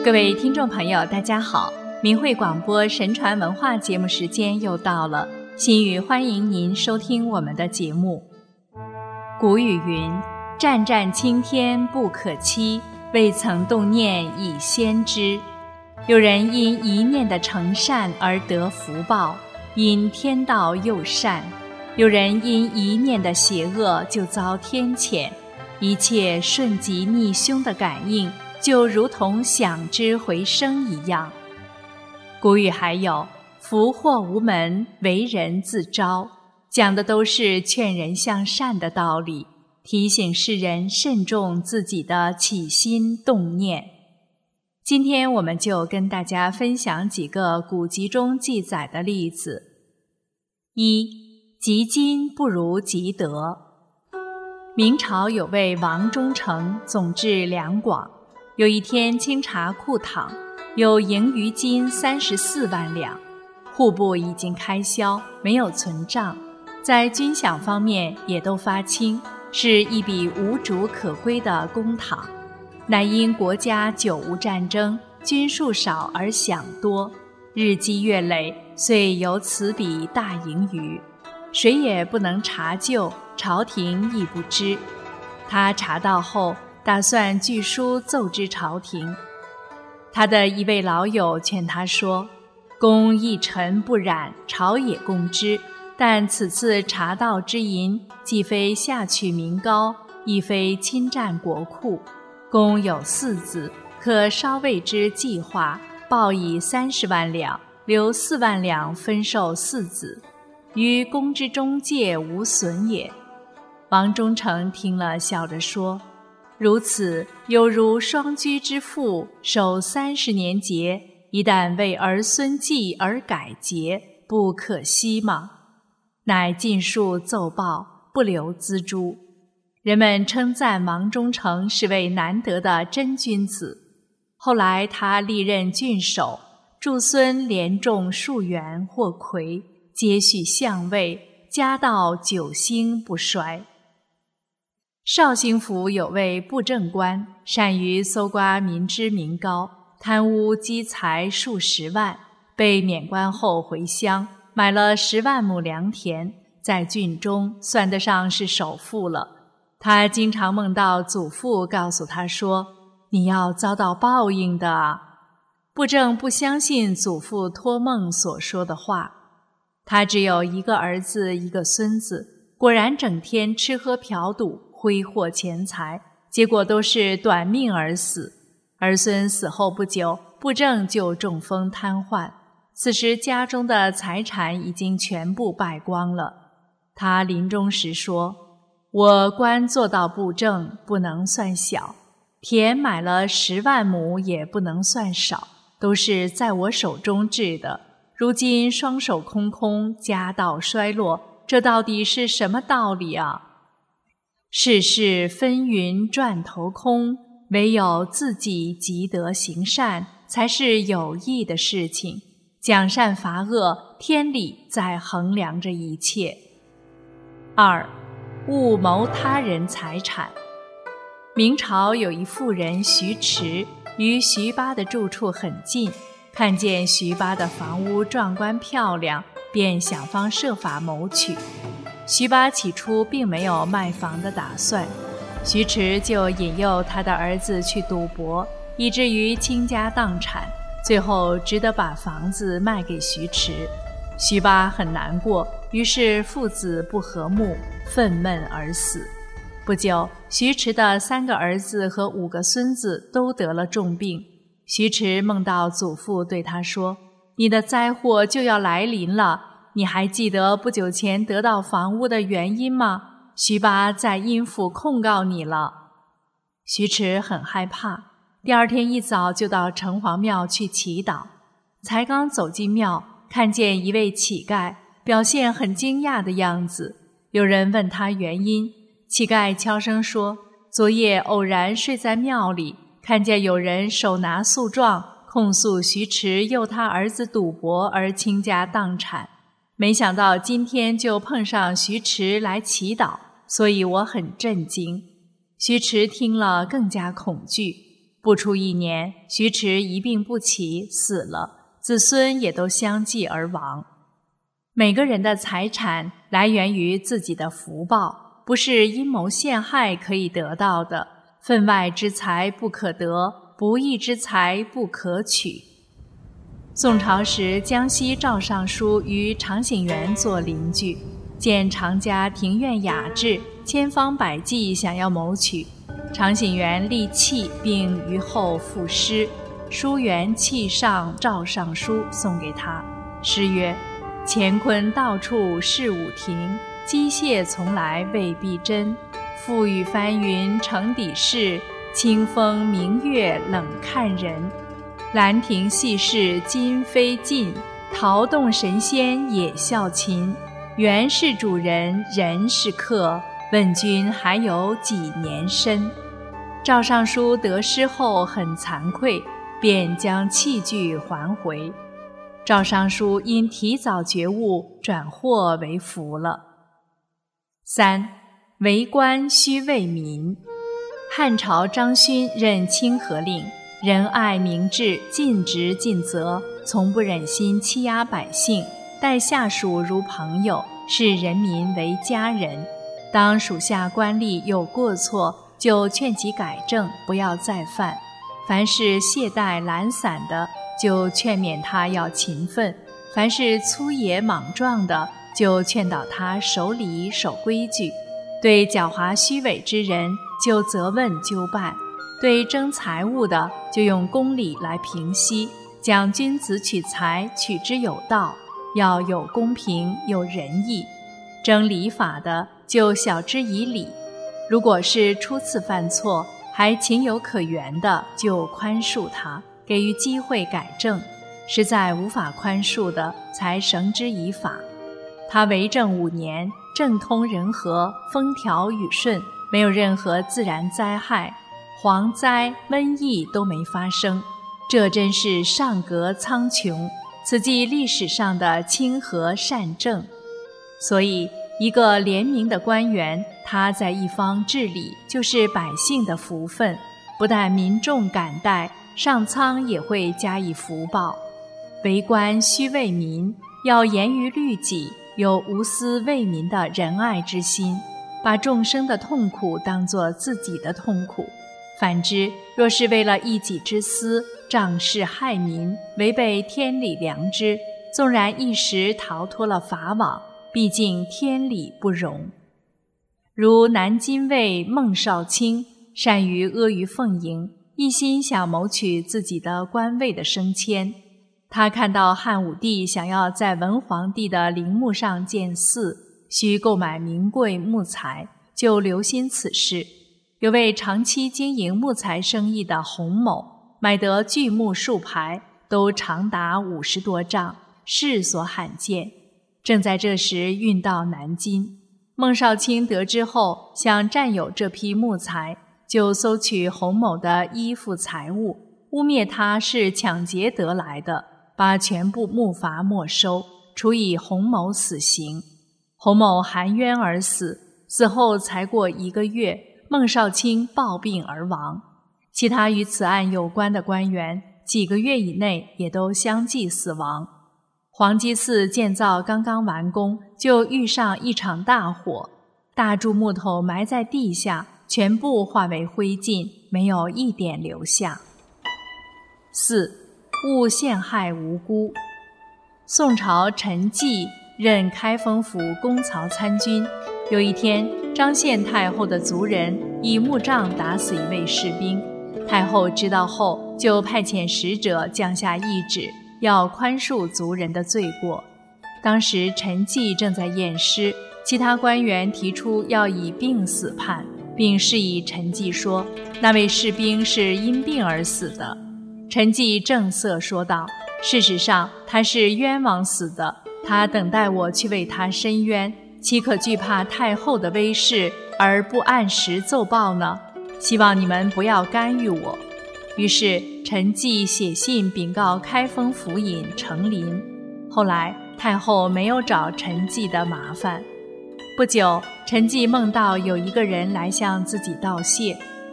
各位听众朋友大家好，明慧广播神传文化节目时间又到了，心语欢迎您收听我们的节目。古语云，湛湛青天不可期，未曾动念已先知。有人因一念的诚善而得福报，因天道佑善；有人因一念的邪恶就遭天谴。一切顺吉逆凶的感应，就如同响之回声一样。古语还有福祸无门，为人自招，讲的都是劝人向善的道理，提醒世人慎重自己的起心动念。今天我们就跟大家分享几个古籍中记载的例子。一，积金不如积德。明朝有位王中丞，总治两广。有一天清查库堂，有盈余金34万两，户部已经开销，没有存账，在军饷方面也都发清，是一笔无主可归的公帑。乃因国家久无战争，军数少而饷多，日积月累，遂有此笔大盈余，谁也不能查究，朝廷亦不知。他查到后，打算据书奏知朝廷。他的一位老友劝他说，公一尘不染，朝野共知，但此次查到之银，既非下取民膏，亦非侵占国库，公有4子，可稍为之计划，报以30万两，留4万两分授4子，于公之中介无损也。王中丞听了，笑着说，如此有如双居之妇，守30年节，一旦为儿孙计而改节，不可惜吗？乃尽数奏报，不留锱铢。人们称赞王中丞是位难得的真君子。后来他历任郡守，诸孙连中数元或魁，接续相位，家道久兴不衰。绍兴府有位布政官，善于搜刮民脂民膏，贪污积财数十万，被免官后回乡，买了10万亩良田，在郡中算得上是首富了。他经常梦到祖父告诉他说，你要遭到报应的啊。布政不相信祖父托梦所说的话。他只有一个儿子一个孙子，果然整天吃喝嫖赌，挥霍钱财，结果都是短命而死。儿孙死后不久，布政就中风瘫痪，此时家中的财产已经全部败光了。他临终时说，我官做到布政，不能算小，田买了10万亩也不能算少，都是在我手中治的，如今双手空空，家道衰落，这到底是什么道理啊？世事纷纭转头空，唯有自己积德行善，才是有益的事情。奖善罚恶，天理在衡量着一切。2，勿谋他人财产。明朝有一妇人徐迟，与徐八的住处很近，看见徐八的房屋壮观漂亮，便想方设法谋取。徐八起初并没有卖房的打算，徐迟就引诱他的儿子去赌博，以至于倾家荡产，最后只得把房子卖给徐迟。徐八很难过，于是父子不和睦，愤懑而死。不久，徐迟的3个儿子和5个孙子都得了重病。徐迟梦到祖父对他说，你的灾祸就要来临了，你还记得不久前得到房屋的原因吗？徐八在阴府控告你了。徐迟很害怕，第2天一早就到城隍庙去祈祷。才刚走进庙，看见一位乞丐，表现很惊讶的样子。有人问他原因，乞丐悄声说，昨夜偶然睡在庙里，看见有人手拿诉状，控诉徐迟诱他儿子赌博而倾家荡产。没想到今天就碰上徐迟来祈祷，所以我很震惊。徐迟听了更加恐惧， 不出1年，徐迟一病不起，死了，子孙也都相继而亡。每个人的财产来源于自己的福报，不是阴谋陷害可以得到的。分外之财不可得，不义之财不可取。宋朝时，江西赵尚书与常醒元做邻居，见常家庭院雅致，千方百计想要谋取。常醒元立契，并于后赋诗，书元契上赵尚书，送给他。诗曰：乾坤到处是吾庭，机械从来未必真。覆雨翻云成底事，清风明月冷看人。兰亭戏事今非尽，桃动神仙也笑琴。园是主人，人是客，问君还有几年身？赵尚书得诗后很惭愧，便将器具还回。赵尚书因提早觉悟，转祸为福了。3. 为官须为民。汉朝张勋任清河令，仁爱明志，尽职尽责，从不忍心欺压百姓，待下属如朋友，视人民为家人。当属下官吏有过错，就劝其改正，不要再犯。凡是懈怠懒散的，就劝勉他要勤奋；凡是粗野莽撞的，就劝导他守礼守规矩。对狡猾虚伪之人，就责问纠办；对争财物的，就用公理来平息。讲君子取财，取之有道，要有公平有仁义。争礼法的，就晓之以理。如果是初次犯错，还情有可原的，就宽恕他，给予机会改正；实在无法宽恕的，才绳之以法。他为政5年，政通人和，风调雨顺，没有任何自然灾害，蝗灾、瘟疫都没发生。这真是上格苍穹，此即历史上的清和善政。所以一个廉明的官员，他在一方治理，就是百姓的福分，不但民众感戴，上苍也会加以福报。为官须为民，要严于律己，有无私为民的仁爱之心，把众生的痛苦当作自己的痛苦。反之，若是为了一己之私，仗势害民，违背天理良知，纵然一时逃脱了法网，毕竟天理不容。如南京尉孟少卿，善于阿谀奉迎，一心想谋取自己的官位的升迁。他看到汉武帝想要在文皇帝的陵墓上建寺，需购买名贵木材，就留心此事。有位长期经营木材生意的洪某，买得巨木数排，都长达50多丈，世所罕见。正在这时运到南京，孟少卿得知后，想占有这批木材，就搜取洪某的衣服财物，污蔑他是抢劫得来的，把全部木筏没收，处以洪某死刑。洪某含冤而死，死后才过1个月，孟少卿暴病而亡。其他与此案有关的官员，几个月以内也都相继死亡。黄鸡寺建造刚刚完工，就遇上一场大火，大柱木头埋在地下，全部化为灰烬，没有一点留下。4. 勿陷害无辜。宋朝陈济任开封府公曹参军，有一天，张献太后的族人以木杖打死一位士兵，太后知道后，就派遣使者降下懿旨，要宽恕族人的罪过。当时陈济正在验尸，其他官员提出要以病死判，并示意陈济说，那位士兵是因病而死的。陈济正色说道，事实上他是冤枉死的，他等待我去为他伸冤，岂可惧怕太后的威势而不按时奏报呢？希望你们不要干预我。于是陈济写信禀告开封府尹程琳。后来太后没有找陈济的麻烦。不久，陈济梦到有一个人来向自己道谢，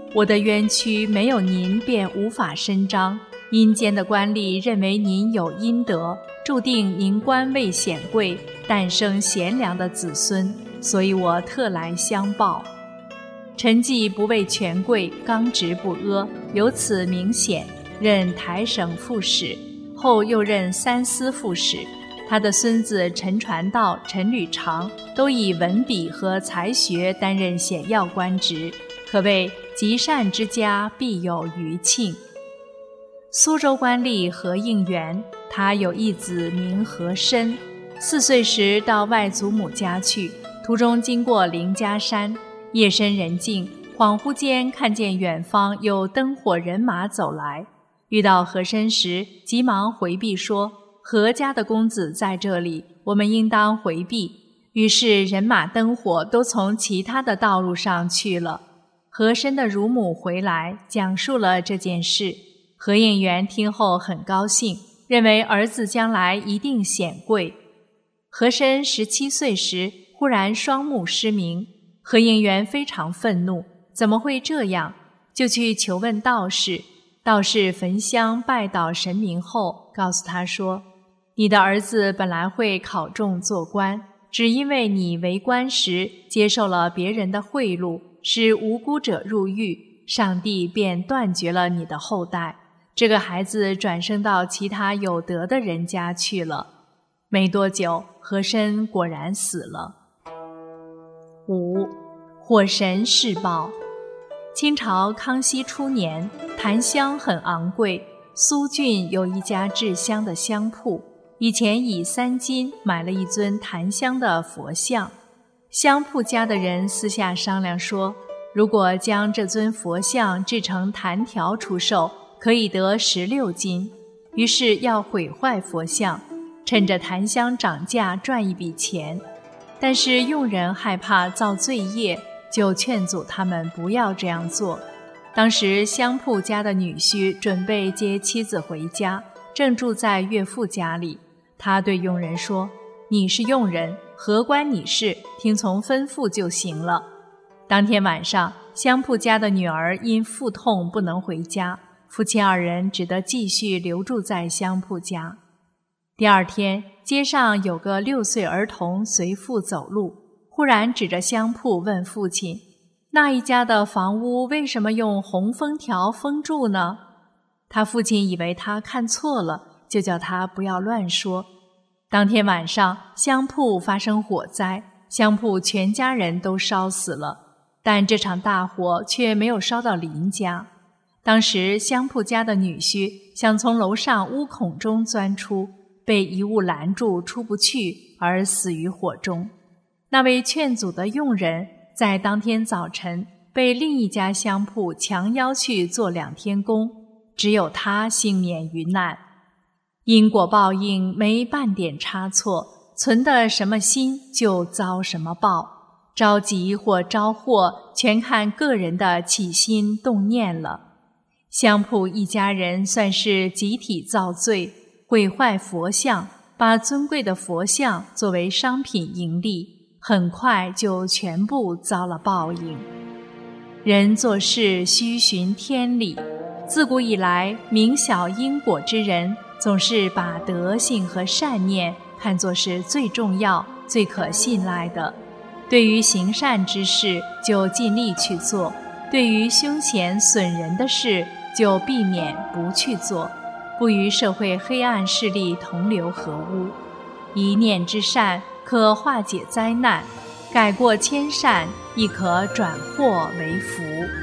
我的冤屈没有您便无法伸张，阴间的官吏认为您有阴德，注定您官位显贵，诞生贤良的子孙，所以我特来相报。陈济不畏权贵，刚直不阿，由此明显，任台省副使，后又任三司副使。他的孙子陈传道、陈履常都以文笔和才学担任显要官职，可谓积善之家必有余庆。苏州官吏何应元，他有一子名和珅，4岁时到外祖母家去，途中经过灵家山，夜深人静，恍惚间看见远方有灯火人马走来，遇到和珅时，急忙回避说：“何家的公子在这里，我们应当回避。”于是人马灯火都从其他的道路上去了。和珅的乳母回来，讲述了这件事。何应元听后很高兴，认为儿子将来一定显贵。和珅17岁时，忽然双目失明，何应元非常愤怒，怎么会这样？就去求问道士。道士焚香拜祷神明后，告诉他说：“你的儿子本来会考中做官，只因为你为官时接受了别人的贿赂，使无辜者入狱，上帝便断绝了你的后代。这个孩子转生到其他有德的人家去了。”没多久，和珅果然死了。5. 火神释报。清朝康熙初年，檀香很昂贵，苏郡有一家制香的香铺，以前以3金买了一尊檀香的佛像。香铺家的人私下商量说，如果将这尊佛像制成檀条出售，可以得16金，于是要毁坏佛像，趁着檀香涨价赚一笔钱。但是佣人害怕造罪业，就劝阻他们不要这样做。当时香铺家的女婿准备接妻子回家，正住在岳父家里。他对佣人说：“你是佣人，何关你事？听从吩咐就行了。”当天晚上，香铺家的女儿因腹痛不能回家，夫妻2人只得继续留住在香铺家。第二天，街上有个6岁儿童随父走路，忽然指着香铺问父亲：“那一家的房屋为什么用红封条封住呢？”他父亲以为他看错了，就叫他不要乱说。当天晚上，香铺发生火灾，香铺全家人都烧死了，但这场大火却没有烧到邻家。当时香铺家的女婿想从楼上屋孔中钻出，被一物拦住，出不去，而死于火中。那位劝阻的佣人在当天早晨被另一家香铺强邀去做2天工，只有他幸免于难。因果报应没半点差错，存的什么心就遭什么报，着急或招祸全看个人的起心动念了。香铺一家人算是集体造罪，毁坏佛像，把尊贵的佛像作为商品盈利，很快就全部遭了报应。人做事须循天理，自古以来明晓因果之人总是把德性和善念看作是最重要、最可信赖的。对于行善之事就尽力去做，对于凶险损人的事就避免不去做，不与社会黑暗势力同流合污。一念之善可化解灾难，改过迁善亦可转祸为福。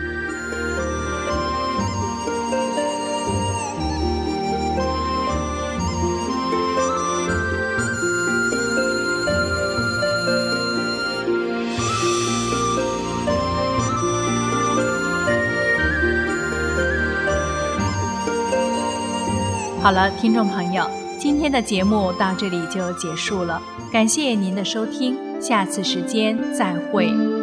好了，听众朋友，今天的节目到这里就结束了，感谢您的收听，下次时间再会。